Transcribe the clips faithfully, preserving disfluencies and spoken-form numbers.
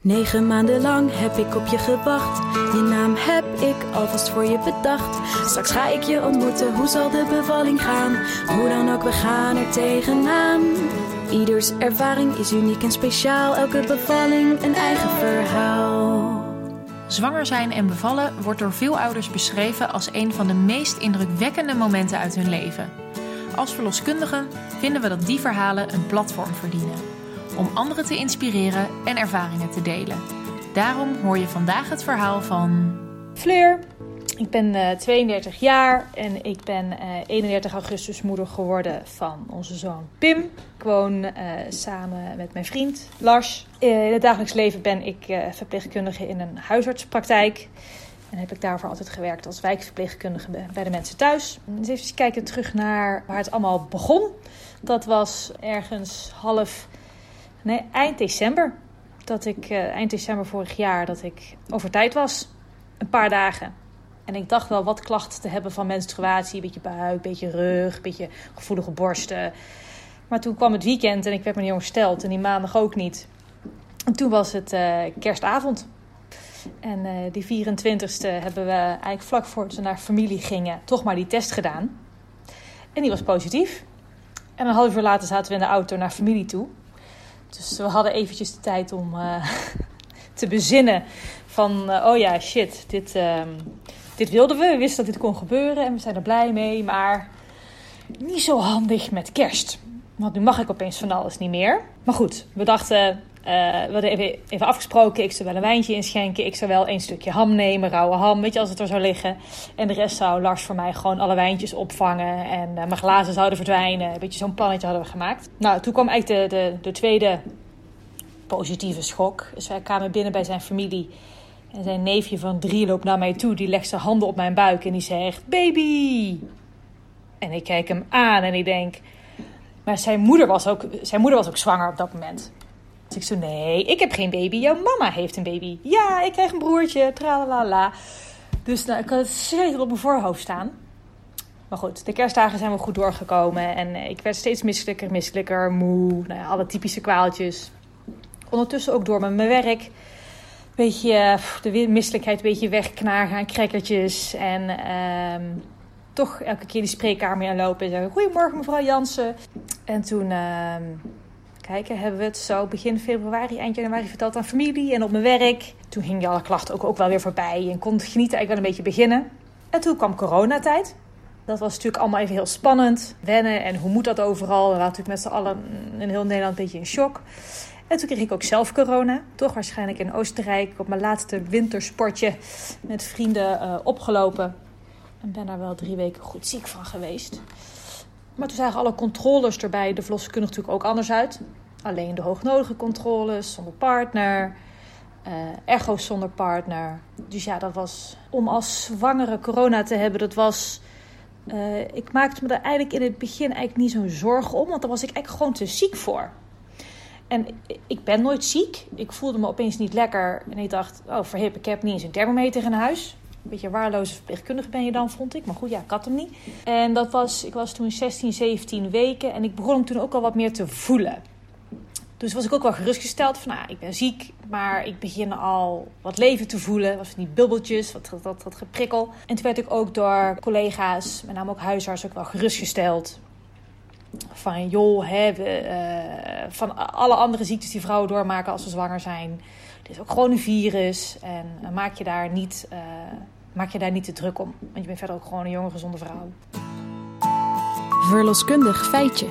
Negen maanden lang heb ik op je gewacht. Je naam heb ik alvast voor je bedacht. Straks ga ik je ontmoeten, hoe zal de bevalling gaan? Hoe dan ook, we gaan er tegenaan. Ieders ervaring is uniek en speciaal. Elke bevalling een eigen verhaal. Zwanger zijn en bevallen wordt door veel ouders beschreven als een van de meest indrukwekkende momenten uit hun leven. Als verloskundigen vinden we dat die verhalen een platform verdienen. Om anderen te inspireren en ervaringen te delen. Daarom hoor je vandaag het verhaal van Fleur. Ik ben uh, tweeëndertig jaar en ik ben uh, eenendertig augustus moeder geworden van onze zoon Pim. Ik woon uh, samen met mijn vriend Lars. Uh, in het dagelijks leven ben ik uh, verpleegkundige in een huisartspraktijk. En heb ik daarvoor altijd gewerkt als wijkverpleegkundige bij de mensen thuis. Dus even kijken terug naar waar het allemaal begon. Dat was ergens half... Nee, eind december. Dat ik, uh, eind december vorig jaar dat ik over tijd was. Een paar dagen. En ik dacht wel wat klachten te hebben van menstruatie. Een beetje buik, een beetje rug, een beetje gevoelige borsten. Maar toen kwam het weekend en ik werd me niet ongesteld. En die maandag ook niet. En toen was het uh, kerstavond. En uh, die vierentwintigste hebben we eigenlijk vlak voordat we naar familie gingen toch maar die test gedaan. En die was positief. En een half uur later zaten we in de auto naar familie toe. Dus we hadden eventjes de tijd om uh, te bezinnen van, uh, oh ja, shit, dit, uh, dit wilden we. We wisten dat dit kon gebeuren en we zijn er blij mee, maar niet zo handig met kerst. Want nu mag ik opeens van alles niet meer. Maar goed, we dachten, uh, we hadden even, even afgesproken, ik zou wel een wijntje inschenken. Ik zou wel een stukje ham nemen, rauwe ham, weet je, als het er zou liggen. En de rest zou Lars voor mij gewoon alle wijntjes opvangen en uh, mijn glazen zouden verdwijnen. Een beetje zo'n plannetje hadden we gemaakt. Nou, toen kwam eigenlijk de, de, de tweede positieve schok. Dus wij kwamen binnen bij zijn familie. En zijn neefje van drie loopt naar mij toe. Die legt zijn handen op mijn buik en die zegt, baby! En ik kijk hem aan en ik denk... Maar zijn moeder was ook, zijn moeder was ook zwanger op dat moment. Dus ik zo, nee, ik heb geen baby. Jouw mama heeft een baby. Ja, ik krijg een broertje. Tralalala. Dus nou, ik had het zeker op mijn voorhoofd staan. Maar goed, de kerstdagen zijn we goed doorgekomen. En ik werd steeds misselijker, misselijker, moe. Nou ja, alle typische kwaaltjes. Ondertussen ook door met mijn werk. Beetje de misselijkheid een beetje wegknagen aan crackertjes. En um, toch elke keer die spreekkamer inlopen en zeggen, goedemorgen mevrouw Jansen. En toen, uh, kijken, hebben we het zo begin februari, eind januari verteld aan familie en op mijn werk. Toen gingen alle klachten ook, ook wel weer voorbij en kon het genieten eigenlijk wel een beetje beginnen. En toen kwam coronatijd. Dat was natuurlijk allemaal even heel spannend. Wennen en hoe moet dat overal? We waren natuurlijk met z'n allen in heel Nederland een beetje in shock. En toen kreeg ik ook zelf corona. Toch waarschijnlijk in Oostenrijk op mijn laatste wintersportje met vrienden uh, opgelopen. En ben daar wel drie weken goed ziek van geweest. Maar toen zagen alle controles erbij de verloskundige natuurlijk ook anders uit. Alleen de hoognodige controles, zonder partner. Uh, echo's zonder partner. Dus ja, dat was... Om als zwangere corona te hebben, dat was... Uh, ik maakte me daar eigenlijk in het begin eigenlijk niet zo'n zorgen om. Want daar was ik eigenlijk gewoon te ziek voor. En ik ben nooit ziek. Ik voelde me opeens niet lekker. En ik dacht, oh verhip, ik heb niet eens een thermometer in huis. Een beetje een waarloze verpleegkundige ben je dan, vond ik. Maar goed, ja, ik had hem niet. En dat was, ik was toen zestien, zeventien weken. En ik begon hem toen ook al wat meer te voelen. Dus was ik ook wel gerustgesteld van, nou, ik ben ziek. Maar ik begin al wat leven te voelen. Was van die bubbeltjes, wat, wat, wat geprikkel. En toen werd ik ook door collega's, met name ook huisarts, ook wel gerustgesteld. Van, joh, hè, we, uh, van alle andere ziektes die vrouwen doormaken als ze zwanger zijn. Het is ook gewoon een virus. En uh, maak je daar niet... Uh, Maak je daar niet te druk om. Want je bent verder ook gewoon een jonge, gezonde vrouw. Verloskundig feitje.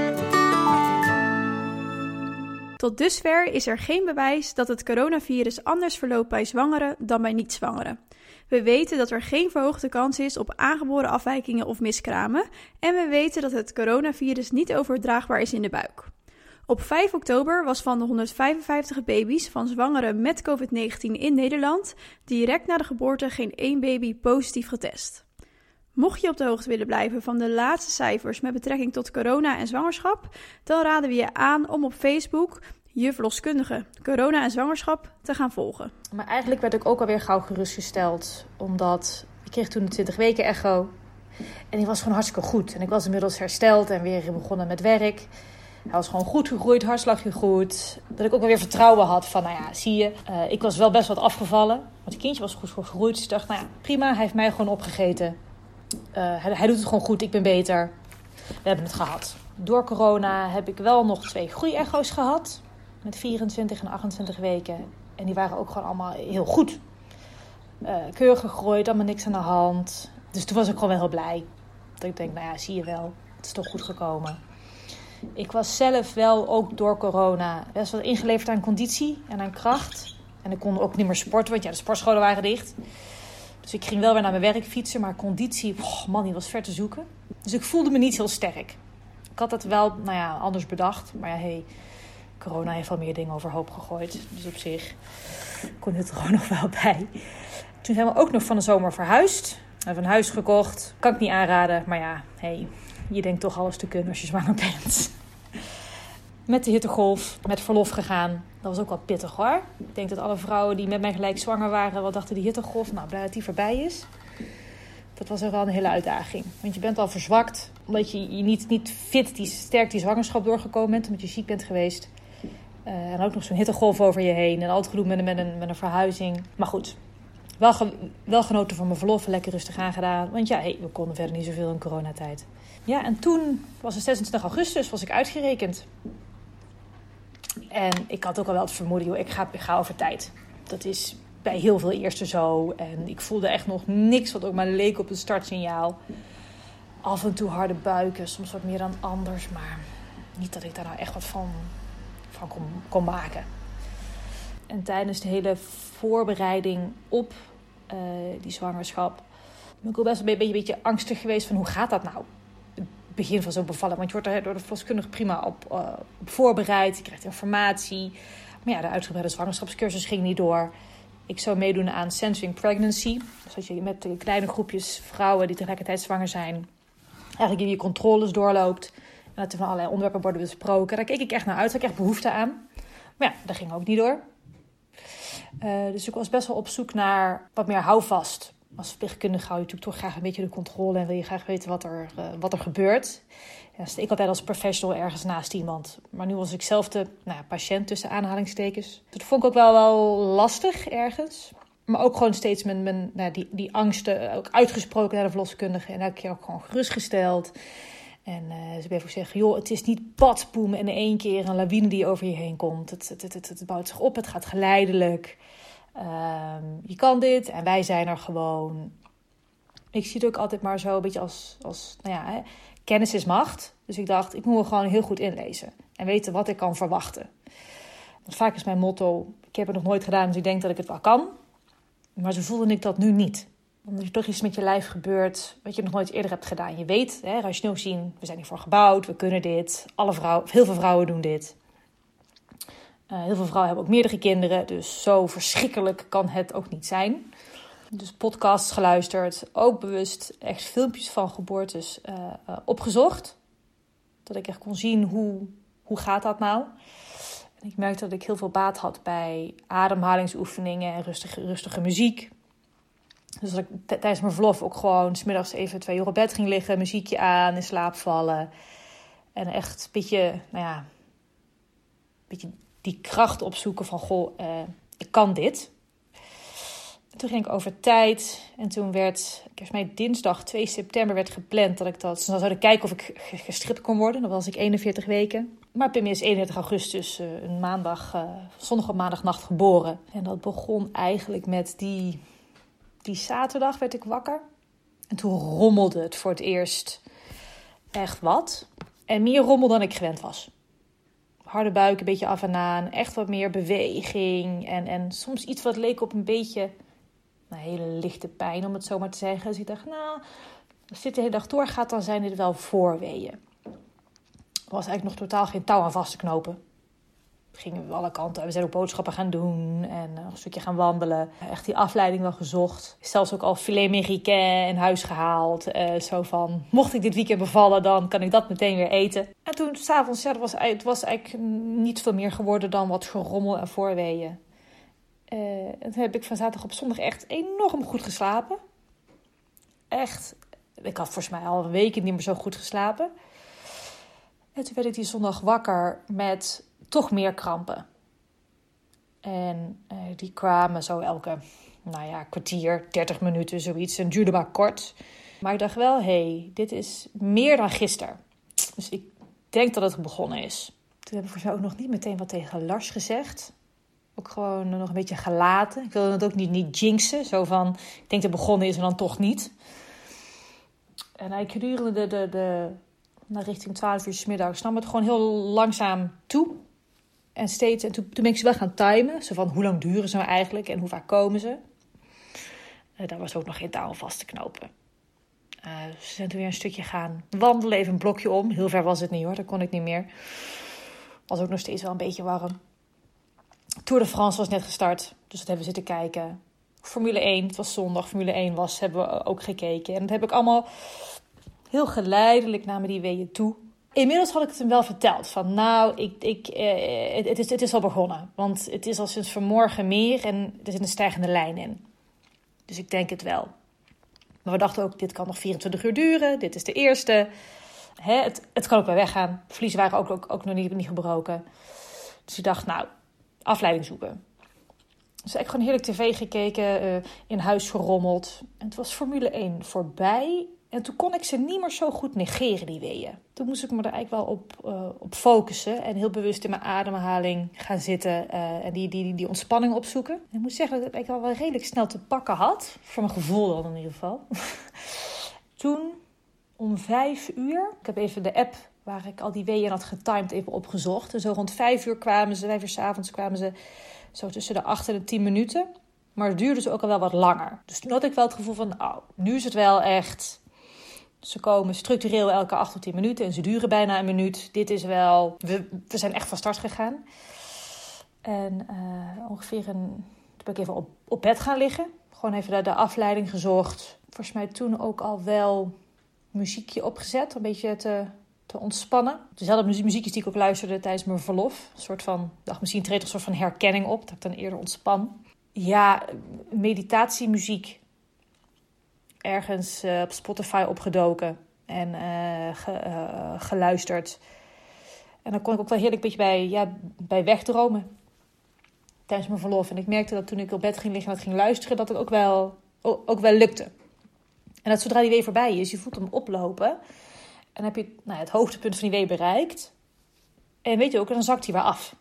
Tot dusver is er geen bewijs dat het coronavirus anders verloopt bij zwangeren dan bij niet-zwangeren. We weten dat er geen verhoogde kans is op aangeboren afwijkingen of miskramen. En we weten dat het coronavirus niet overdraagbaar is in de buik. Op vijf oktober was van de honderdvijfenvijftig baby's van zwangeren met covid negentien in Nederland direct na de geboorte geen één baby positief getest. Mocht je op de hoogte willen blijven van de laatste cijfers met betrekking tot corona en zwangerschap, dan raden we je aan om op Facebook je verloskundige corona en zwangerschap te gaan volgen. Maar eigenlijk werd ik ook alweer gauw gerustgesteld, omdat ik kreeg toen de twintig weken echo en die was gewoon hartstikke goed. En ik was inmiddels hersteld en weer begonnen met werk. Hij was gewoon goed gegroeid, hartslagje goed. Dat ik ook wel weer vertrouwen had van, nou ja, zie je. Uh, ik was wel best wat afgevallen. Want het kindje was goed gegroeid. Dus ik dacht, nou ja, prima. Hij heeft mij gewoon opgegeten. Uh, hij, hij doet het gewoon goed. Ik ben beter. We hebben het gehad. Door corona heb ik wel nog twee groeiecho's gehad. Met vierentwintig en achtentwintig weken. En die waren ook gewoon allemaal heel goed. Uh, keurig gegroeid, allemaal niks aan de hand. Dus toen was ik gewoon wel heel blij. Dat ik denk, nou ja, zie je wel. Het is toch goed gekomen. Ik was zelf wel ook door corona best wel ingeleverd aan conditie en aan kracht. En ik kon ook niet meer sporten, want ja, de sportscholen waren dicht. Dus ik ging wel weer naar mijn werk fietsen, maar conditie, oh man, die was ver te zoeken. Dus ik voelde me niet heel sterk. Ik had het wel, nou ja, anders bedacht. Maar ja, hey, corona heeft wel meer dingen overhoop gegooid. Dus op zich kon het er gewoon nog wel bij. Toen zijn we ook nog van de zomer verhuisd. We hebben een huis gekocht. Kan ik niet aanraden, maar ja, hey, je denkt toch alles te kunnen als je zwanger bent. Met de hittegolf, met verlof gegaan. Dat was ook wel pittig hoor. Ik denk dat alle vrouwen die met mij gelijk zwanger waren wel dachten die hittegolf, nou blij dat die voorbij is. Dat was wel een hele uitdaging. Want je bent al verzwakt, omdat je, je niet, niet fit, die, sterk die zwangerschap doorgekomen bent, omdat je ziek bent geweest. Uh, en ook nog zo'n hittegolf over je heen. En al het gedoe met, met, een, met een verhuizing. Maar goed, wel, ge, wel genoten van mijn verlof, lekker rustig aangedaan. Want ja, hey, we konden verder niet zoveel in coronatijd. Ja, en toen was het zesentwintig augustus, was ik uitgerekend. En ik had ook al wel het vermoeden, joh, ik ga, ik ga over tijd. Dat is bij heel veel eerste zo. En ik voelde echt nog niks wat ook maar leek op een startsignaal. Af en toe harde buiken, soms wat meer dan anders. Maar niet dat ik daar nou echt wat van, van kon, kon maken. En tijdens de hele voorbereiding op uh, die zwangerschap ben ik ook best een beetje, een beetje angstig geweest van hoe gaat dat nou? Het begin van zo'n bevalling. Want je wordt er door de verloskundige prima op, uh, op voorbereid. Je krijgt informatie. Maar ja, de uitgebreide zwangerschapscursus ging niet door. Ik zou meedoen aan Censoring Pregnancy. Dus dat je met de kleine groepjes vrouwen die tegelijkertijd zwanger zijn, eigenlijk in je controles doorloopt. En dat er van allerlei onderwerpen worden besproken. Daar keek ik echt naar uit. Daar had ik echt behoefte aan. Maar ja, dat ging ook niet door. Uh, dus ik was best wel op zoek naar wat meer houvast. Als verpleegkundige hou je natuurlijk toch graag een beetje de controle en wil je graag weten wat er, uh, wat er gebeurt. Ja, dus ik altijd als professional ergens naast iemand. Maar nu was ik zelf de nou, patiënt tussen aanhalingstekens. Dat vond ik ook wel, wel lastig ergens. Maar ook gewoon steeds mijn, mijn, nou, die, die angsten ook uitgesproken naar de verloskundige. En elke keer ook gewoon gerustgesteld. En uh, ze bleef ook zeggen, joh, het is niet badboem en in één keer een lawine die over je heen komt. Het, het, het, het, het bouwt zich op, het gaat geleidelijk. Um, je kan dit en wij zijn er gewoon. Ik zie het ook altijd maar zo een beetje als, als nou ja, hè, kennis is macht. Dus ik dacht, ik moet me gewoon heel goed inlezen. En weten wat ik kan verwachten. Want vaak is mijn motto, ik heb het nog nooit gedaan, dus ik denk dat ik het wel kan. Maar zo voelde ik dat nu niet. Omdat er toch iets met je lijf gebeurt wat je nog nooit eerder hebt gedaan. Je weet, hè, rationeel gezien, we zijn hiervoor gebouwd, we kunnen dit. Alle vrouwen, heel veel vrouwen doen dit. Uh, heel veel vrouwen hebben ook meerdere kinderen, dus zo verschrikkelijk kan het ook niet zijn. Dus podcasts geluisterd, ook bewust echt filmpjes van geboortes uh, uh, opgezocht. Dat ik echt kon zien hoe, hoe gaat dat nou. En ik merkte dat ik heel veel baat had bij ademhalingsoefeningen en rustige, rustige muziek. Dus dat ik t- tijdens mijn verlof ook gewoon 's middags even twee uur op bed ging liggen, muziekje aan, in slaap vallen. En echt een beetje, nou ja, een beetje die kracht opzoeken van, goh, uh, ik kan dit. En toen ging ik over tijd. En toen werd, volgens mij dinsdag twee september werd gepland dat ik dat... Dus dan zou ik kijken of ik gestript kon worden. Dan was ik eenenveertig weken. Maar Pim is eenendertig augustus, uh, een maandag, uh, zondag op maandagnacht geboren. En dat begon eigenlijk met die, die zaterdag werd ik wakker. En toen rommelde het voor het eerst echt wat. En meer rommel dan ik gewend was. Harde buik, een beetje af en aan. Echt wat meer beweging. En, en soms iets wat leek op een beetje... een hele lichte pijn, om het zo maar te zeggen. Dus ik dacht, nou, als dit de hele dag doorgaat, dan zijn dit wel voorweeën. Er was eigenlijk nog totaal geen touw aan vast te knopen. We gingen alle kanten. We zijn ook boodschappen gaan doen en een stukje gaan wandelen. Echt die afleiding wel gezocht. Zelfs ook al filet américain in huis gehaald. Uh, zo van, mocht ik dit weekend bevallen, dan kan ik dat meteen weer eten. En toen, s'avonds, ja, het was, het was eigenlijk niet veel meer geworden dan wat gerommel en voorweeën. Uh, en toen heb ik van zaterdag op zondag echt enorm goed geslapen. Echt. Ik had volgens mij al weken niet meer zo goed geslapen. En toen werd ik die zondag wakker met toch meer krampen. En uh, die kwamen zo elke, nou ja, kwartier, dertig minuten, zoiets. En duurde maar kort. Maar ik dacht wel, hé, hey, dit is meer dan gisteren. Dus ik denk dat het begonnen is. Toen heb ik voor zo ook nog niet meteen wat tegen Lars gezegd. Ook gewoon nog een beetje gelaten. Ik wilde het ook niet, niet jinxen. Zo van, ik denk dat het begonnen is en dan toch niet. En hij gedurende de, de, de, naar richting twaalf uur 's middags nam het gewoon heel langzaam toe. En steeds, en toen, toen ben ik ze wel gaan timen. Zo van, hoe lang duren ze nou eigenlijk en hoe vaak komen ze? Uh, daar was ook nog geen touw vast te knopen. Uh, ze zijn toen weer een stukje gaan wandelen, even een blokje om. Heel ver was het niet hoor, dat kon ik niet meer. Was ook nog steeds wel een beetje warm. Tour de France was net gestart, dus dat hebben we zitten kijken. Formule één, het was zondag, Formule één was, hebben we ook gekeken. En dat heb ik allemaal heel geleidelijk naar me die weeën toe. Inmiddels had ik het hem wel verteld. Van nou, ik, ik, eh, het, het, is, het is al begonnen. Want het is al sinds vanmorgen meer en er zit een stijgende lijn in. Dus ik denk het wel. Maar we dachten ook, dit kan nog vierentwintig uur duren. Dit is de eerste. Hè, het, het kan ook weer weggaan. De vliezen waren ook, ook, ook nog niet, niet gebroken. Dus ik dacht, nou, afleiding zoeken. Dus ik heb gewoon heerlijk tv gekeken, uh, in huis gerommeld. En het was Formule één voorbij. En toen kon ik ze niet meer zo goed negeren, die weeën. Toen moest ik me er eigenlijk wel op, uh, op focussen. En heel bewust in mijn ademhaling gaan zitten. Uh, en die, die, die ontspanning opzoeken. En ik moet zeggen dat ik al wel redelijk snel te pakken had. Voor mijn gevoel dan in ieder geval. Toen om vijf uur. Ik heb even de app waar ik al die weeën had getimed even opgezocht. En zo rond vijf uur kwamen ze. Vijf uur 's avonds kwamen ze zo tussen de acht en de tien minuten. Maar het duurde ze ook al wel wat langer. Dus toen had ik wel het gevoel van, oh, nu is het wel echt. Ze komen structureel elke acht tot tien minuten en ze duren bijna een minuut. Dit is wel, we, we zijn echt van start gegaan. En uh, ongeveer een, toen ben ik even op, op bed gaan liggen. Gewoon even de, de afleiding gezocht. Volgens mij toen ook al wel muziekje opgezet, een beetje te, te ontspannen. Dezelfde muziek, muziekjes die ik ook luisterde tijdens mijn verlof. Een soort van, dacht misschien treedt er een soort van herkenning op, dat ik dan eerder ontspan. Ja, meditatiemuziek. Ergens uh, op Spotify opgedoken en uh, ge, uh, geluisterd. En dan kon ik ook wel heerlijk een beetje bij, ja, bij wegdromen tijdens mijn verlof. En ik merkte dat toen ik op bed ging liggen en dat ging luisteren, dat het ook wel, ook wel lukte. En dat zodra die wee voorbij is, je voelt hem oplopen. En dan heb je nou, het hoogtepunt van die wee bereikt. En weet je ook, en dan zakt hij weer af.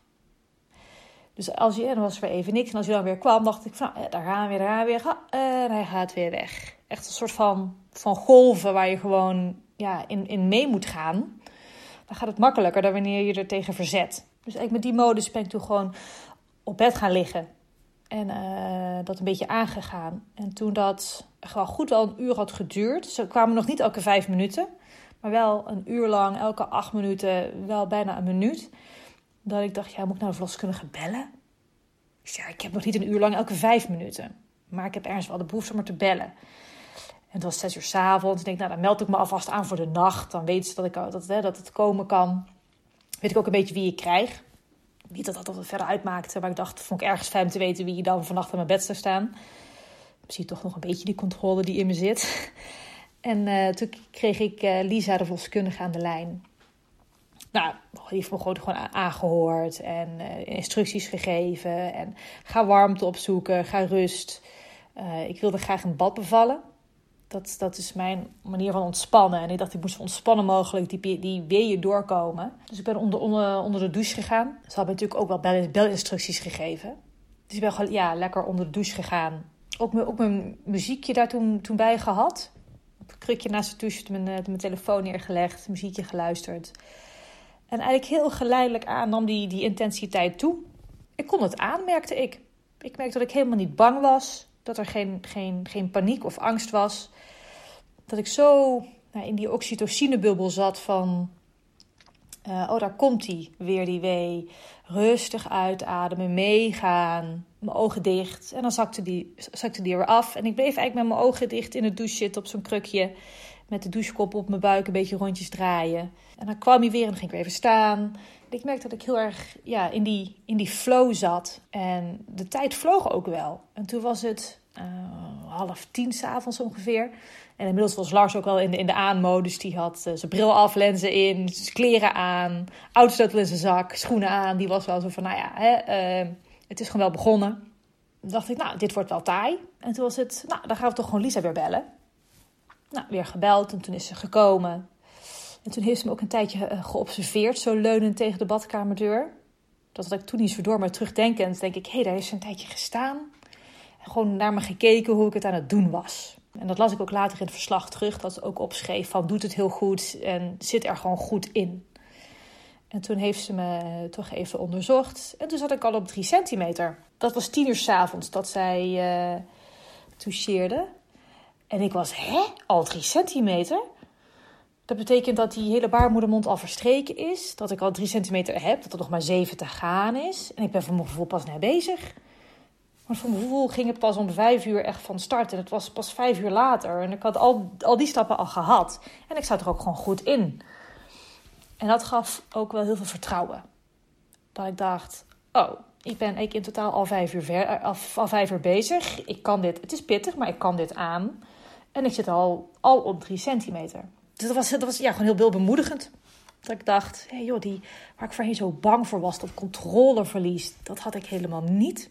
Dus als je, en dan was er weer even niks. En als hij dan weer kwam, dacht ik van, nou, ja, daar gaan we weer, daar gaan we weer. En hij gaat weer weg. Echt een soort van, van golven waar je gewoon ja, in, in mee moet gaan. Dan gaat het makkelijker dan wanneer je er tegen verzet. Dus eigenlijk met die modus ben ik toen gewoon op bed gaan liggen. En uh, dat een beetje aangegaan. En toen dat gewoon goed wel een uur had geduurd. Ze kwamen nog niet elke vijf minuten. Maar wel een uur lang, elke acht minuten, wel bijna een minuut. Dat ik dacht, ja, moet ik nou de verloskundige bellen? Dus ja, ik heb nog niet een uur lang elke vijf minuten. Maar ik heb ergens wel de behoefte om er te bellen. En het was zes uur 's avonds. Ik denk, nou, dan meld ik me alvast aan voor de nacht. Dan weten ze dat, ik, dat, hè, dat het komen kan. Weet ik ook een beetje wie ik krijg. Niet dat dat altijd verder uitmaakte. Maar ik dacht, vond ik ergens fijn te weten wie dan vannacht aan mijn bed zou staan. Zie toch nog een beetje die controle die in me zit. En uh, toen kreeg ik uh, Lisa, de verloskundige, aan de lijn. Nou, die heeft me gewoon, gewoon aangehoord en uh, instructies gegeven. En ga warmte opzoeken, ga rust. Uh, ik wilde graag een bad bevallen. Dat, dat is mijn manier van ontspannen. En ik dacht, ik moest zo ontspannen mogelijk die, die weeën doorkomen. Dus ik ben onder, onder, onder de douche gegaan. Ze hadden natuurlijk ook wel bel, belinstructies gegeven. Dus ik ben gewoon ja, lekker onder de douche gegaan. Ook mijn, ook mijn muziekje daar toen, toen bij gehad. Op een krukje naast de douche, mijn, mijn telefoon neergelegd, muziekje geluisterd. En eigenlijk heel geleidelijk aan nam die, die intensiteit toe. Ik kon het aan, merkte ik. Ik merkte dat ik helemaal niet bang was. Dat er geen, geen, geen paniek of angst was. Dat ik zo nou, in die oxytocinebubbel zat van... Uh, oh, daar komt hij weer, die wee. Rustig uitademen, meegaan. Mijn ogen dicht. En dan zakte die, zakte die weer af. En ik bleef eigenlijk met mijn ogen dicht in de douche zitten op zo'n krukje. Met de douchekop op mijn buik een beetje rondjes draaien. En dan kwam hij weer en dan ging ik weer even staan. En ik merkte dat ik heel erg ja, in, die, in die flow zat. En de tijd vloog ook wel. En toen was het uh, half tien 's avonds ongeveer. En inmiddels was Lars ook wel in de, in de aanmodus. Die had uh, zijn bril af, lenzen in, zijn kleren aan, autosleutel in zijn zak, schoenen aan. Die was wel zo van, nou ja, hè, uh, het is gewoon wel begonnen. Toen dacht ik, nou, dit wordt wel taai. En toen was het, nou, dan gaan we toch gewoon Lisa weer bellen. Nou, weer gebeld en toen is ze gekomen. En toen heeft ze me ook een tijdje uh, geobserveerd, zo leunend tegen de badkamerdeur. Dat had ik toen niet zo door, maar terugdenkend denk ik, hé, hey, daar heeft ze een tijdje gestaan. En gewoon naar me gekeken hoe ik het aan het doen was. En dat las ik ook later in het verslag terug, dat ze ook opschreef van, doet het heel goed en zit er gewoon goed in. En toen heeft ze me toch even onderzocht. En toen zat ik al op drie centimeter. Dat was tien uur 's avonds dat zij uh, toucheerde. En ik was, hè, al drie centimeter? Dat betekent dat die hele baarmoedermond al verstreken is. Dat ik al drie centimeter heb. Dat er nog maar zeven te gaan is. En ik ben voor mijn gevoel pas net bezig. Maar voor mijn gevoel ging het pas om vijf uur echt van start. En het was pas vijf uur later. En ik had al, al die stappen al gehad. En ik zat er ook gewoon goed in. En dat gaf ook wel heel veel vertrouwen. Dat ik dacht, oh, ik ben ik in totaal al vijf uur, ver, al, al vijf uur bezig. Ik kan dit, het is pittig, maar ik kan dit aan. En ik zit al, al op drie centimeter. Dus dat was, dat was ja, gewoon heel, heel bemoedigend. Dat ik dacht, hé hey joh, die, waar ik voorheen zo bang voor was, dat controleverlies, dat had ik helemaal niet.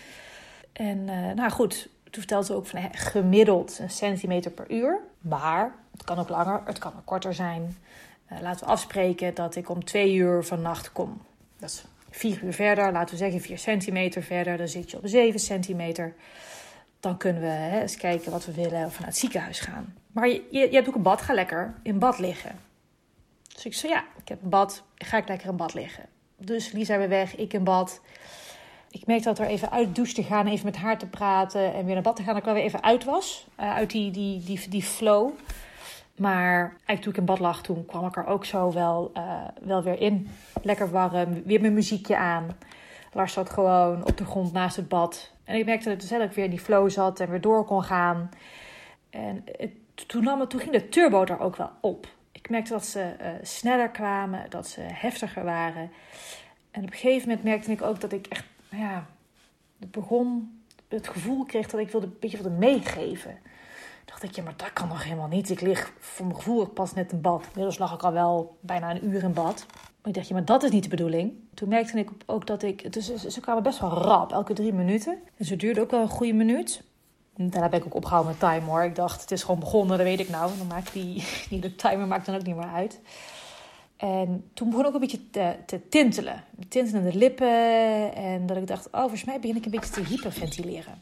En uh, nou goed, toen vertelde ze ook van hey, gemiddeld een centimeter per uur. Maar het kan ook langer, het kan ook korter zijn. Uh, laten we afspreken dat ik om twee uur vannacht kom. Dat is vier uur verder, laten we zeggen vier centimeter verder. Dan zit je op zeven centimeter. Dan kunnen we hè, eens kijken wat we willen of we naar het ziekenhuis gaan. Maar je, je, je hebt ook een bad, ga lekker in bad liggen. Dus ik zei ja, ik heb een bad, ga ik lekker in bad liggen. Dus Lisa weer weg, ik in bad. Ik merkte dat er even uit de douche te gaan, even met haar te praten en weer naar bad te gaan. Dat ik wel weer even uit was, uh, uit die, die, die, die flow. Maar eigenlijk toen ik in bad lag, toen kwam ik er ook zo wel, uh, wel weer in. Lekker warm, weer mijn muziekje aan. Lars zat gewoon op de grond naast het bad. En ik merkte dat ik weer in die flow zat en weer door kon gaan. En het, toen, nam het, toen ging de turbo er ook wel op. Ik merkte dat ze uh, sneller kwamen, dat ze heftiger waren. En op een gegeven moment merkte ik ook dat ik echt, nou ja, het begon, het gevoel kreeg dat ik wilde een beetje wilde meegeven. Dacht ik, ja, maar dat kan nog helemaal niet. Ik lig voor mijn gevoel pas net in bad. Inmiddels lag ik al wel bijna een uur in bad. Maar ik dacht, ja, maar dat is niet de bedoeling. Toen merkte ik ook dat ik, dus ze kwamen best wel rap, elke drie minuten. En ze duurde ook wel een goede minuut. Daarna ben ik ook opgehouden met timer hoor. Ik dacht, het is gewoon begonnen, dat weet ik nou. Dan maakt die, die de timer maakt dan ook niet meer uit. En toen begon ik ook een beetje te, te tintelen. Tintelende lippen. En dat ik dacht, oh, volgens mij begin ik een beetje te hyperventileren.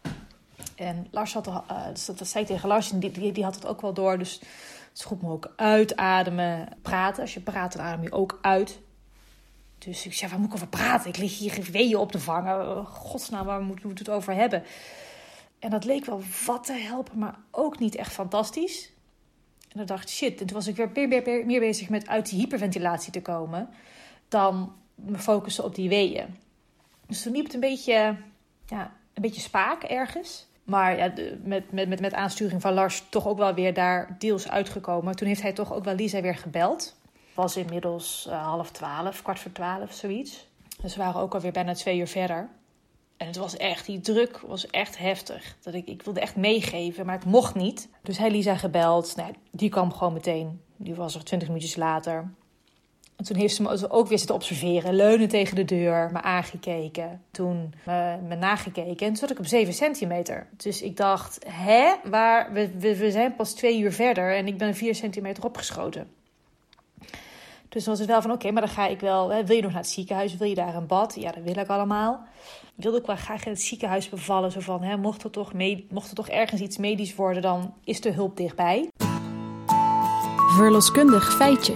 En Lars had, uh, dus dat, dat zei ik tegen Lars, en die, die, die had het ook wel door. Dus ze vroeg me ook uitademen, praten. Als je praat, dan adem je ook uit. Dus ik zei, waar moet ik over praten? Ik lig hier weeën op te vangen. Godsnaam, waar moeten we het over hebben? En dat leek wel wat te helpen, maar ook niet echt fantastisch. En dan dacht ik, shit. En toen was ik weer meer, meer, meer bezig met uit die hyperventilatie te komen dan me focussen op die weeën. Dus toen liep het een beetje, ja, een beetje spaak ergens. Maar ja, met, met, met, met aansturing van Lars toch ook wel weer daar deels uitgekomen. Toen heeft hij toch ook wel Lisa weer gebeld. Het was inmiddels uh, half twaalf, kwart voor twaalf, zoiets. Dus we waren ook alweer bijna twee uur verder. En het was echt, die druk was echt heftig. Dat ik, ik wilde echt meegeven, maar het mocht niet. Dus hij Lisa gebeld. Nou, die kwam gewoon meteen. Die was er twintig minuutjes later. En toen heeft ze me ook weer zitten observeren. Leunen tegen de deur, me aangekeken. Toen me, me nagekeken. En toen zat ik op zeven centimeter. Dus ik dacht, hè? Waar, we, we, we zijn pas twee uur verder en ik ben vier centimeter opgeschoten. Dus dan was het wel van, oké, okay, maar dan ga ik wel... Hè, wil je nog naar het ziekenhuis? Wil je daar een bad? Ja, dat wil ik allemaal. Ik wilde ook wel graag in het ziekenhuis bevallen. Zo van, hè, mocht, er toch mee, mocht er toch ergens iets medisch worden, dan is de hulp dichtbij. Verloskundig feitje.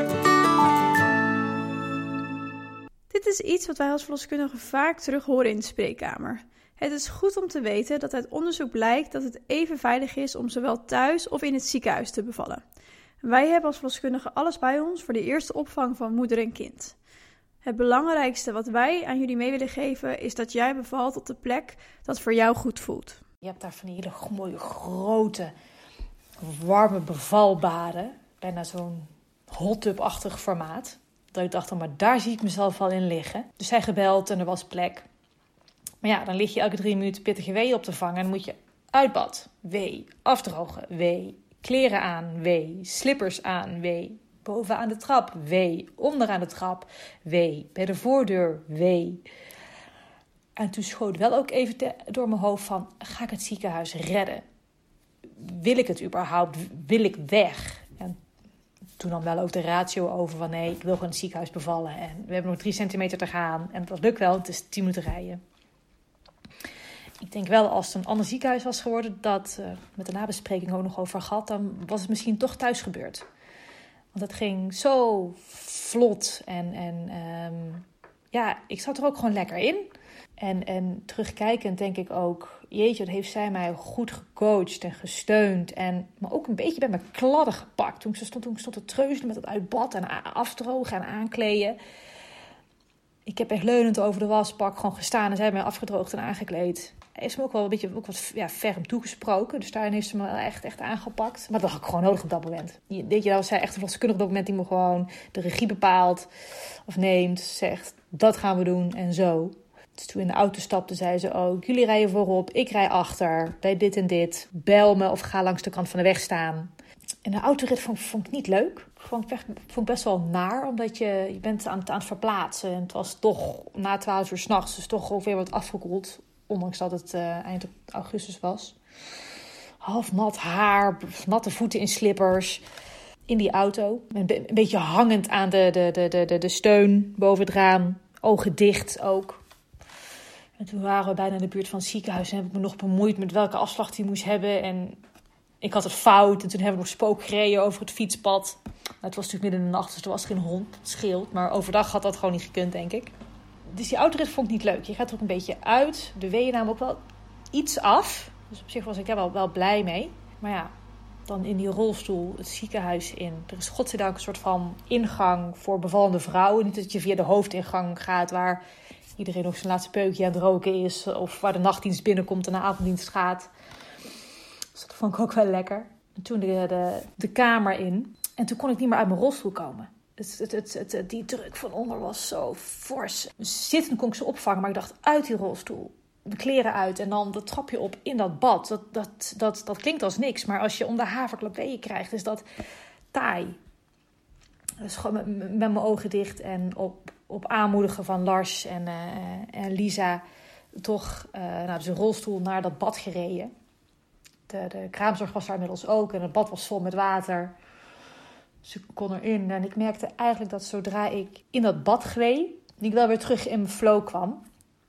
Dit is iets wat wij als verloskundigen vaak terug horen in de spreekkamer. Het is goed om te weten dat uit onderzoek blijkt dat het even veilig is om zowel thuis of in het ziekenhuis te bevallen. Wij hebben als verloskundigen alles bij ons voor de eerste opvang van moeder en kind. Het belangrijkste wat wij aan jullie mee willen geven is dat jij bevalt op de plek dat voor jou goed voelt. Je hebt daar van die hele mooie grote, warme bevalbaden. Bijna zo'n hot tub-achtig formaat. Dat ik dacht, oh, maar daar zie ik mezelf wel in liggen. Dus zij gebeld en er was plek. Maar ja, dan lig je elke drie minuten pittige weeën op te vangen. En dan moet je uit bad, wee, afdrogen, wee, kleren aan, wee, slippers aan, wee, boven aan de trap, wee, onder aan de trap, wee, bij de voordeur, wee. En toen schoot wel ook even te, door mijn hoofd van, ga ik het ziekenhuis redden? Wil ik het überhaupt? Wil ik weg? En toen nam wel ook de ratio over van, nee, ik wil gewoon in het ziekenhuis bevallen. En we hebben nog drie centimeter te gaan. En dat lukt wel, het is tien minuten rijden. Ik denk wel, als het een ander ziekenhuis was geworden, dat uh, met de nabespreking ook nog over gehad, dan was het misschien toch thuis gebeurd. Want het ging zo vlot en, en um, ja, ik zat er ook gewoon lekker in. En, en terugkijkend denk ik ook, jeetje, wat heeft zij mij goed gecoacht en gesteund. En me ook een beetje bij mijn kladden gepakt. Toen ik stond, toen ik stond te treuzelen met het uit bad en afdrogen en aankleden. Ik heb echt leunend over de wasbak gewoon gestaan en zij heeft mij afgedroogd en aangekleed. Hij heeft me ook wel een beetje ook wat ja, ferm toegesproken. Dus daarin heeft ze me wel echt, echt aangepakt. Maar dat had ik gewoon nodig op dat moment. Weet je, dat was zij echt een verloskundige op dat moment die me gewoon de regie bepaalt of neemt. Zegt, dat gaan we doen en zo. Dus toen in de auto stapte, zei ze ook, jullie rijden voorop, ik rij achter, bij dit en dit. Bel me of ga langs de kant van de weg staan. En de autorit vond, vond ik niet leuk. Vond ik, vond ik best wel naar, omdat je, je bent aan het, aan het verplaatsen. En het was toch na twaalf uur 's nachts, dus toch ongeveer wat afgekoeld. Ondanks dat het uh, eind augustus was. Half nat haar, natte voeten in slippers. In die auto. Een, be- een beetje hangend aan de, de, de, de, de steun boven het raam. Ogen dicht ook. En toen waren we bijna in de buurt van het ziekenhuis. En heb ik me nog bemoeid met welke afslag die moest hebben. En ik had het fout. En toen hebben we nog spook gereden over het fietspad. Nou, het was natuurlijk midden in de nacht, dus er was geen hond. Het scheelt. Maar overdag had dat gewoon niet gekund, denk ik. Dus die autorit vond ik niet leuk. Je gaat er ook een beetje uit. De weeën namen ook wel iets af. Dus op zich was ik er wel, wel blij mee. Maar ja, dan in die rolstoel het ziekenhuis in. Er is godzijdank een soort van ingang voor bevallende vrouwen. Niet dat je via de hoofdingang gaat waar iedereen nog zijn laatste peukje aan het roken is. Of waar de nachtdienst binnenkomt en de avonddienst gaat. Dus dat vond ik ook wel lekker. En toen de, de, de kamer in. En toen kon ik niet meer uit mijn rolstoel komen. Het, het, het, het, het, die druk van onder was zo fors. Zittend kon ik ze opvangen, maar ik dacht uit die rolstoel. De kleren uit en dan dat trapje op in dat bad. Dat, dat, dat, dat klinkt als niks, maar als je om de haverklap weeën krijgt, is dat taai. Dus gewoon met, met mijn ogen dicht en op, op aanmoedigen van Lars en, uh, en Lisa toch uh, nou, dus een rolstoel naar dat bad gereden. De, de kraamzorg was daar inmiddels ook en het bad was vol met water. Dus ik kon erin en ik merkte eigenlijk dat zodra ik in dat bad gleed, ik wel weer terug in mijn flow kwam.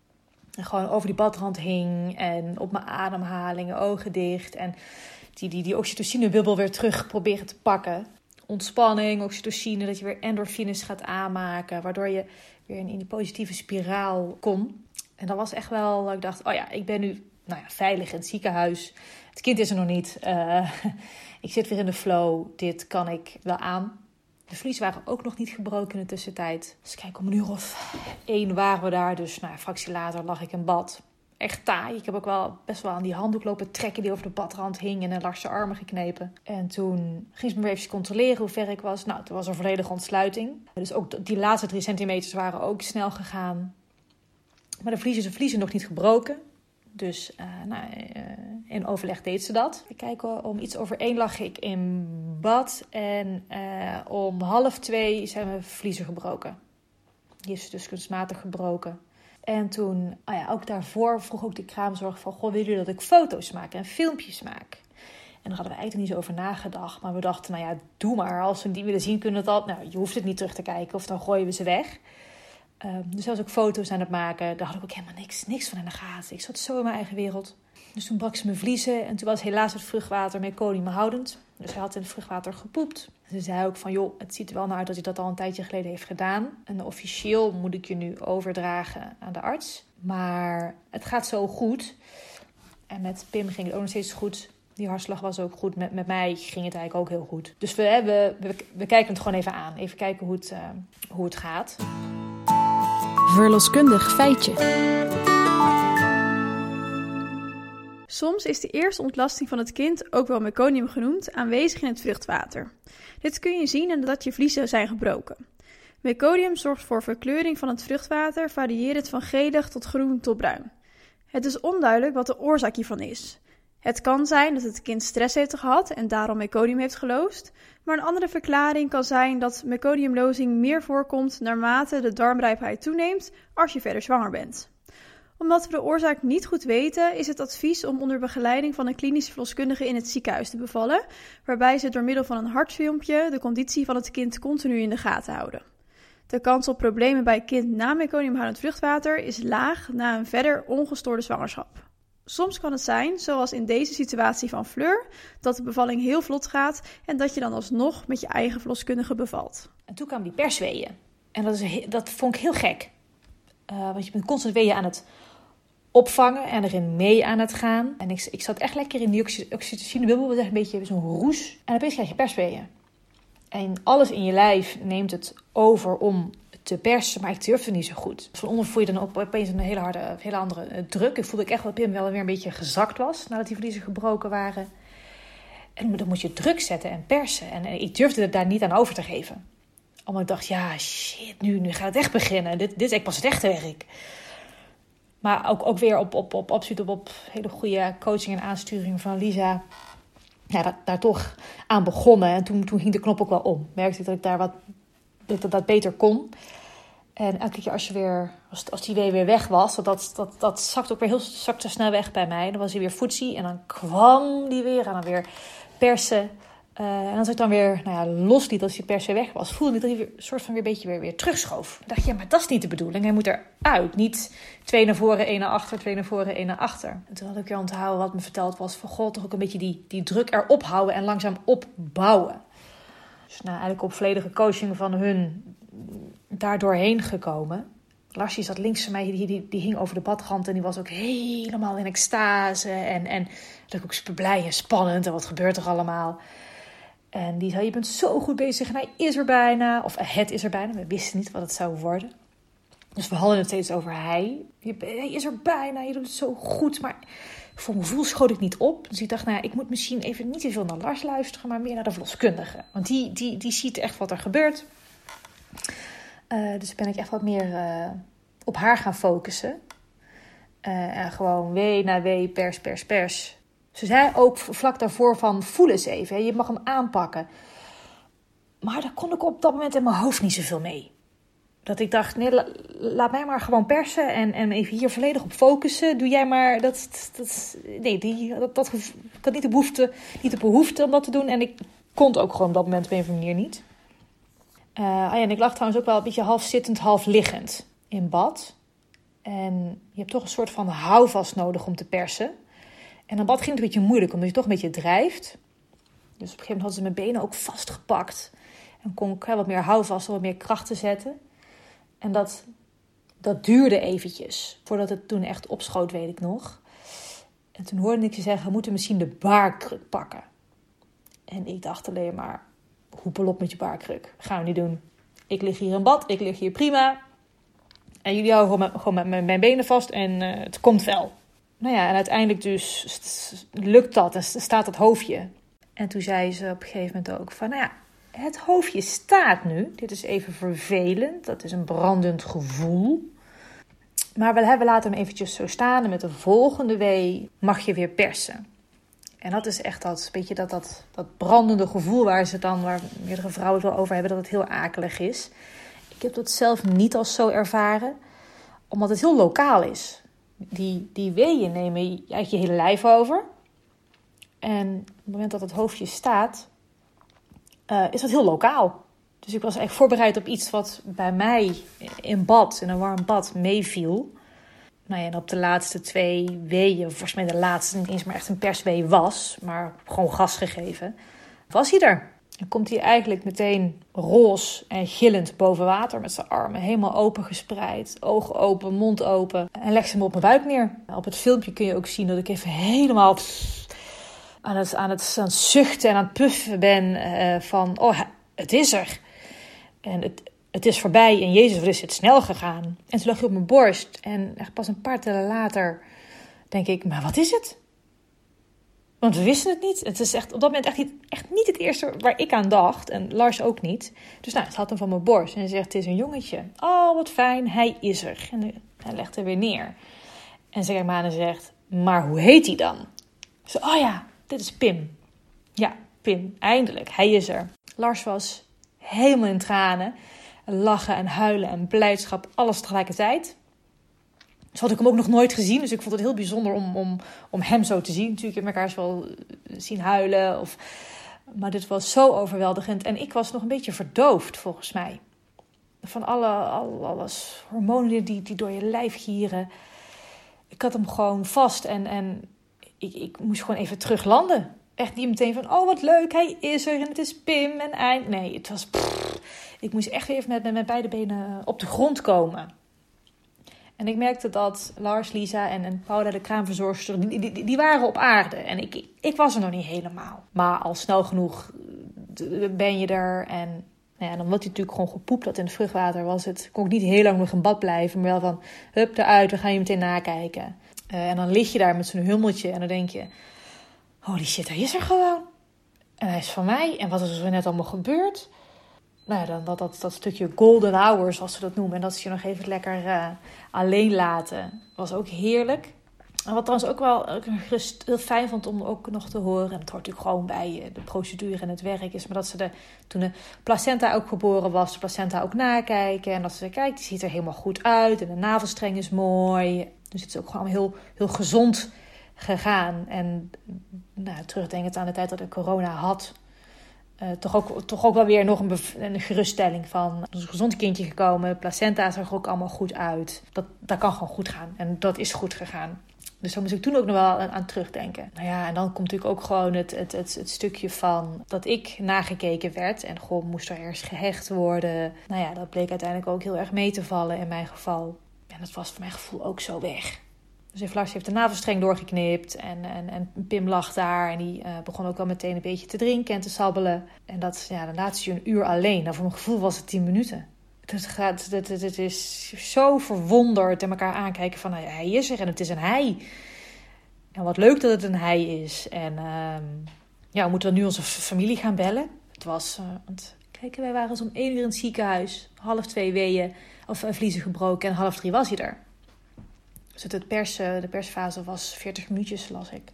En gewoon over die badrand hing en op mijn ademhaling, ogen dicht. En die, die, die oxytocinebubbel weer terug proberen te pakken. Ontspanning, oxytocine, dat je weer endorfines gaat aanmaken. Waardoor je weer in, in die positieve spiraal kon. En dat was echt wel, dat ik dacht, oh ja, ik ben nu nou ja, veilig in het ziekenhuis. Het kind is er nog niet. Uh, ik zit weer in de flow. Dit kan ik wel aan. De vliezen waren ook nog niet gebroken in de tussentijd. Dus kijk, om een uur of één waren we daar. Dus nou, een fractie later lag ik in bad. Echt taai. Ik heb ook wel best wel aan die handdoek lopen trekken die over de badrand hing. En in Lars' armen geknepen. En toen ging ze me weer even controleren hoe ver ik was. Nou, toen was er volledige ontsluiting. Dus ook die laatste drie centimeters waren ook snel gegaan. Maar de vliezen, de vliezen nog niet gebroken. Dus uh, nou, uh, in overleg deed ze dat. Ik kijk, om iets over één lag ik in bad. En uh, om half twee zijn mijn vliezen gebroken. Die is dus kunstmatig gebroken. En toen, oh ja, ook daarvoor vroeg ook de kraamzorg van, goh, willen jullie dat ik foto's maak en filmpjes maak? En daar hadden we eigenlijk niet zo over nagedacht. Maar we dachten, nou ja, doe maar. Als we die willen zien, kunnen we dat. Nou, je hoeft het niet terug te kijken of dan gooien we ze weg. Uh, dus zelfs ook foto's aan het maken. Daar had ik ook helemaal niks, niks van in de gaten. Ik zat zo in mijn eigen wereld. Dus toen brak ze mijn vliezen. En toen was helaas het vruchtwater meconiumhoudend. Dus hij had in het vruchtwater gepoept. Ze zei ook van, joh, het ziet er wel naar uit dat hij dat al een tijdje geleden heeft gedaan. En officieel moet ik je nu overdragen aan de arts. Maar het gaat zo goed. En met Pim ging het ook nog steeds goed. Die hartslag was ook goed. Met, met mij ging het eigenlijk ook heel goed. Dus we, hebben, we, we kijken het gewoon even aan. Even kijken hoe het, uh, hoe het gaat. Verloskundig feitje. Soms is de eerste ontlasting van het kind, ook wel meconium genoemd, aanwezig in het vruchtwater. Dit kun je zien nadat je vliezen zijn gebroken. Meconium zorgt voor verkleuring van het vruchtwater, variërend van gelig tot groen tot bruin. Het is onduidelijk wat de oorzaak hiervan is. Het kan zijn dat het kind stress heeft gehad en daarom meconium heeft geloosd, maar een andere verklaring kan zijn dat meconiumlozing meer voorkomt naarmate de darmrijpheid toeneemt als je verder zwanger bent. Omdat we de oorzaak niet goed weten, is het advies om onder begeleiding van een klinische verloskundige in het ziekenhuis te bevallen, waarbij ze door middel van een hartfilmpje de conditie van het kind continu in de gaten houden. De kans op problemen bij het kind na meconiumhoudend vruchtwater is laag na een verder ongestoorde zwangerschap. Soms kan het zijn, zoals in deze situatie van Fleur, dat de bevalling heel vlot gaat en dat je dan alsnog met je eigen verloskundige bevalt. En toen kwamen die persweeën. En dat, is, dat vond ik heel gek. Uh, want je bent constant weeën aan het opvangen en erin mee aan het gaan. En ik, ik zat echt lekker in die oxytocinebubbel, dat is echt een beetje zo'n roes. En opeens krijg je persweeën. En alles in je lijf neemt het over om te persen, maar ik durfde niet zo goed. Van onder voel je dan opeens een hele harde, hele andere druk. Ik voelde echt dat Pim wel weer een beetje gezakt was nadat die vliezen gebroken waren. En dan moet je druk zetten en persen. En ik durfde het daar niet aan over te geven. Omdat ik dacht, ja shit, nu, nu gaat het echt beginnen. Dit, dit is echt pas het echte werk. Maar ook, ook weer op, op, op, absoluut op, op hele goede coaching en aansturing van Lisa. Ja, dat, daar toch aan begonnen. En toen, toen ging de knop ook wel om. Merkte ik dat ik daar wat dat, dat, dat beter kon. En elke keer als je weer, als, als die wee weer weg was, dat, dat, dat, dat zakte ook weer heel zakte snel weg bij mij. Dan was hij weer foetsie en dan kwam die weer en dan weer persen. Uh, en als ik dan weer nou ja, losliet als die persen weg was, voelde ik dat hij weer een soort van weer een beetje weer, weer terugschoof. Ik dacht, ja, maar dat is niet de bedoeling. Hij moet eruit. Niet twee naar voren, één naar achter, twee naar voren, één naar achter. En toen had ik weer onthouden wat me verteld was van God, toch ook een beetje die, die druk erop houden en langzaam opbouwen. Dus nou, eigenlijk op volledige coaching van hun daar doorheen gekomen. Larsje zat links van mij, die, die, die hing over de badrand en die was ook helemaal in extase. En, en dat was ook super blij en spannend en wat gebeurt er allemaal. En die zei, je bent zo goed bezig en hij is er bijna. Of het is er bijna, we wisten niet wat het zou worden. Dus we hadden het steeds over hij. Hij is er bijna, je doet het zo goed. Maar voor mijn gevoel schoot ik niet op. Dus ik dacht, nou ja, ik moet misschien even niet te veel naar Lars luisteren, maar meer naar de verloskundige. Want die, die, die ziet echt wat er gebeurt. Uh, dus ben ik echt wat meer uh, op haar gaan focussen. Uh, en gewoon wee na wee, pers, pers, pers. Ze zei ook vlak daarvoor van, voel eens even, hè, je mag hem aanpakken. Maar daar kon ik op dat moment in mijn hoofd niet zoveel mee. Dat ik dacht, nee, la, laat mij maar gewoon persen en, en even hier volledig op focussen. Doe jij maar, dat, dat, nee, die, dat, dat, ik had niet de behoefte, niet de behoefte om dat te doen. En ik kon het ook gewoon op dat moment op een of andere manier niet. Uh, ah ja, en ik lag trouwens ook wel een beetje half zittend, half liggend in bad. En je hebt toch een soort van houvast nodig om te persen. En in bad ging het een beetje moeilijk, omdat je toch een beetje drijft. Dus op een gegeven moment hadden ze mijn benen ook vastgepakt. En kon ik wat meer houvast, wat meer kracht te zetten. En dat, dat duurde eventjes, voordat het toen echt opschoot, weet ik nog. En toen hoorde ik ze zeggen, we moeten misschien de baarkruk pakken. En ik dacht alleen maar, hoepel op met je baarkruk. Gaan we niet doen. Ik lig hier in bad, ik lig hier prima. En jullie houden gewoon, met, gewoon met mijn benen vast en uh, het komt wel. Nou ja, en uiteindelijk dus lukt dat en staat het hoofdje. En toen zei ze op een gegeven moment ook van, nou ja, het hoofdje staat nu. Dit is even vervelend, dat is een brandend gevoel. Maar we, we laten hem eventjes zo staan en met de volgende wee mag je weer persen. En dat is echt dat, beetje dat, dat, dat brandende gevoel waar ze dan, waar meerdere vrouwen het wel over hebben, dat het heel akelig is. Ik heb dat zelf niet als zo ervaren, omdat het heel lokaal is. Die, die weeën nemen eigenlijk je hele lijf over. En op het moment dat het hoofdje staat, uh, is dat heel lokaal. Dus ik was echt voorbereid op iets wat bij mij in bad, in een warm bad, meeviel. Nou ja, en op de laatste twee weeën, volgens mij de laatste niet eens maar echt een perswee was, maar gewoon gas gegeven, was hij er. Dan komt hij eigenlijk meteen roze en gillend boven water met zijn armen helemaal open gespreid. Ogen open, mond open. En legt ze hem op mijn buik neer. Op het filmpje kun je ook zien dat ik even helemaal aan het, aan het, aan het zuchten en aan het puffen ben uh, van, oh, het is er. En het, het is voorbij en Jezus, wat is het snel gegaan. En toen lag hij op mijn borst. En echt pas een paar tellen later denk ik, maar wat is het? Want we wisten het niet. Het is echt op dat moment echt niet, echt niet het eerste waar ik aan dacht. En Lars ook niet. Dus nou, het had hem van mijn borst. En hij zegt, het is een jongetje. Oh, wat fijn, hij is er. En hij legt er weer neer. En ze kijkt me aan en zegt, maar hoe heet hij dan? Ik zei, oh ja, dit is Pim. Ja, Pim, eindelijk, hij is er. Lars was helemaal in tranen. Lachen en huilen en blijdschap, alles tegelijkertijd. Zo had ik hem ook nog nooit gezien. Dus ik vond het heel bijzonder om, om, om hem zo te zien. Natuurlijk heb ik elkaar eens wel zien huilen. Of, maar dit was zo overweldigend. En ik was nog een beetje verdoofd volgens mij. Van alle, alle alles, hormonen die, die door je lijf gieren. Ik had hem gewoon vast. En, en ik, ik moest gewoon even terug landen. Echt niet meteen van, oh wat leuk, hij is er en het is Pim en eind. Nee, het was... Pff, ik moest echt even met, met mijn beide benen op de grond komen. En ik merkte dat Lars, Lisa en, en Paula, de kraamverzorgster, die, die, die waren op aarde. En ik, ik was er nog niet helemaal. Maar al snel genoeg ben je er. En nou ja, dan wordt hij natuurlijk gewoon gepoept. Dat in het vruchtwater was het. Kon ik niet heel lang nog in bad blijven. Maar wel van, hup, eruit, we gaan je meteen nakijken. Uh, en dan lig je daar met zo'n hummeltje. En dan denk je, holy shit, hij is er gewoon. En hij is van mij. En wat is er net allemaal gebeurd? Nou ja, dan dat, dat, dat stukje golden hour, zoals ze dat noemen. En dat ze je nog even lekker uh, alleen laten. Was ook heerlijk. En wat trouwens ook wel ook heel fijn vond om ook nog te horen. En het hoort natuurlijk gewoon bij de procedure en het werk. Is maar dat ze de, toen de placenta ook geboren was, de placenta ook nakijken. En dat ze kijk, die ziet er helemaal goed uit. En de navelstreng is mooi. Dus het is ook gewoon heel, heel gezond gegaan. En nou, terugdenkend aan de tijd dat ik corona had. Uh, toch, ook, toch ook wel weer nog een, bev- een geruststelling van, er is een gezond kindje gekomen, placenta zag er ook allemaal goed uit. Dat, dat kan gewoon goed gaan en dat is goed gegaan. Dus daar moest ik toen ook nog wel aan, aan terugdenken. Nou ja, en dan komt natuurlijk ook gewoon het, het, het, het stukje van dat ik nagekeken werd. En goh, moest er ergens gehecht worden. Nou ja, dat bleek uiteindelijk ook heel erg mee te vallen in mijn geval. En dat was voor mijn gevoel ook zo weg. Dus Lars heeft de navelstreng doorgeknipt en, en, en Pim lag daar en die uh, begon ook wel meteen een beetje te drinken en te sabbelen. En dat, ja, dan laat ze je een uur alleen. Nou, voor mijn gevoel was het tien minuten. Het, gaat, het, het, het is zo verwonderd en elkaar aankijken van, nou ja, hij is er en het is een hij. En wat leuk dat het een hij is. En uh, ja, we moeten dan nu onze familie gaan bellen. Het was, uh, want kijk, wij waren dus om één uur in het ziekenhuis, half twee weeën of uh, vliezen gebroken en half drie was hij er. Dus het pers, de persfase was veertig minuutjes, las ik.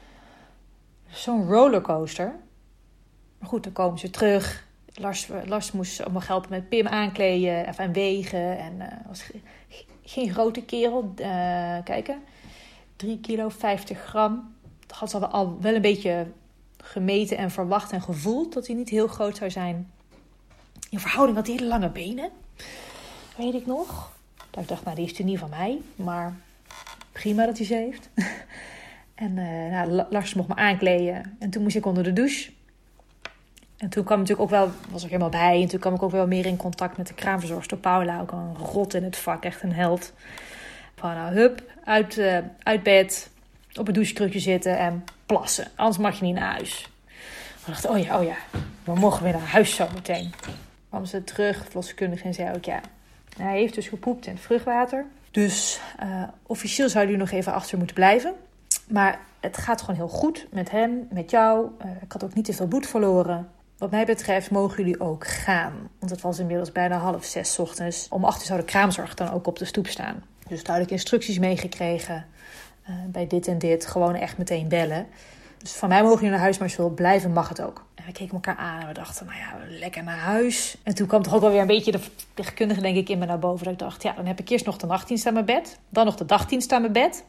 Zo'n rollercoaster. Maar goed, dan komen ze terug. Lars, Lars moest allemaal helpen met Pim aankleden en wegen. En uh, was geen grote kerel. Uh, kijken. drie kilo, vijftig gram. Dat had ze al wel een beetje gemeten en verwacht en gevoeld. Dat hij niet heel groot zou zijn. In verhouding had hij hele lange benen. Weet ik nog. Dat ik dacht, nou die is niet van mij. Maar prima dat hij ze heeft. En uh, nou, Lars mocht me aankleden. En toen moest ik onder de douche. En toen kwam ik natuurlijk ook wel, was ik helemaal bij. En toen kwam ik ook wel meer in contact met de kraamverzorgster Paula. Ook een rot in het vak, echt een held. Van nou, hup, uit, uh, uit bed, op het douchekrukje zitten en plassen. Anders mag je niet naar huis. Ik dacht, oh ja, oh ja, we mogen weer naar huis zo meteen. Kwam ze terug, verloskundige, en zei ook ja, hij heeft dus gepoept in het vruchtwater. Dus uh, officieel zou hij nog even achter moeten blijven. Maar het gaat gewoon heel goed met hem, met jou. Uh, ik had ook niet te veel bloed verloren. Wat mij betreft mogen jullie ook gaan. Want het was inmiddels bijna half zes 's ochtends. Om acht uur zou de kraamzorg dan ook op de stoep staan. Dus duidelijk instructies meegekregen. Uh, bij dit en dit. Gewoon echt meteen bellen. Dus van mij mogen jullie naar huis, maar als je wil blijven, mag het ook. En we keken elkaar aan en we dachten, nou ja, lekker naar huis. En toen kwam toch ook wel weer een beetje de verpleegkundige, denk ik, in me naar boven. Dat ik dacht, ja, dan heb ik eerst nog de nachtdienst aan mijn bed. Dan nog de dagdienst aan mijn bed.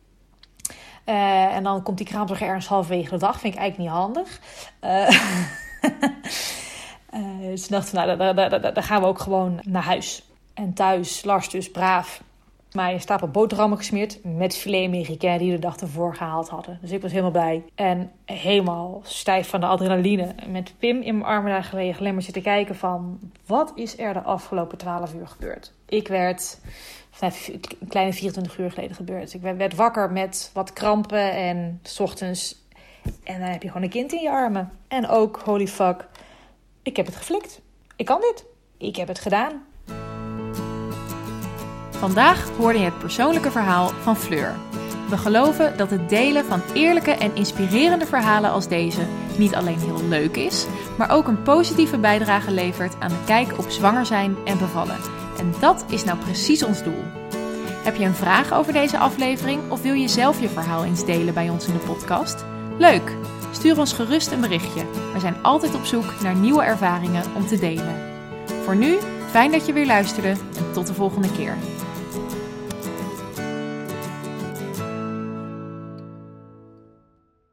Uh, en dan komt die kraamzorg ergens halverwege de dag. Vind ik eigenlijk niet handig. Uh, uh, dus toen dachten we, nou, dan, dan, dan, dan gaan we ook gewoon naar huis. En thuis, Lars dus braaf, mij een stapel boterhammen gesmeerd met filet américain die we de dag ervoor gehaald hadden. Dus ik was helemaal blij. En helemaal stijf van de adrenaline. Met Pim in mijn armen daar gelegen, alleen maar zitten kijken van, wat is er de afgelopen twaalf uur gebeurd? Ik werd, een kleine vierentwintig uur geleden gebeurd. Ik werd wakker met wat krampen en 's ochtends. En dan heb je gewoon een kind in je armen. En ook, holy fuck, ik heb het geflikt. Ik kan dit. Ik heb het gedaan. Vandaag hoorde je het persoonlijke verhaal van Fleur. We geloven dat het delen van eerlijke en inspirerende verhalen als deze niet alleen heel leuk is, maar ook een positieve bijdrage levert aan de kijk op zwanger zijn en bevallen. En dat is nou precies ons doel. Heb je een vraag over deze aflevering of wil je zelf je verhaal eens delen bij ons in de podcast? Leuk! Stuur ons gerust een berichtje. We zijn altijd op zoek naar nieuwe ervaringen om te delen. Voor nu, fijn dat je weer luisterde en tot de volgende keer.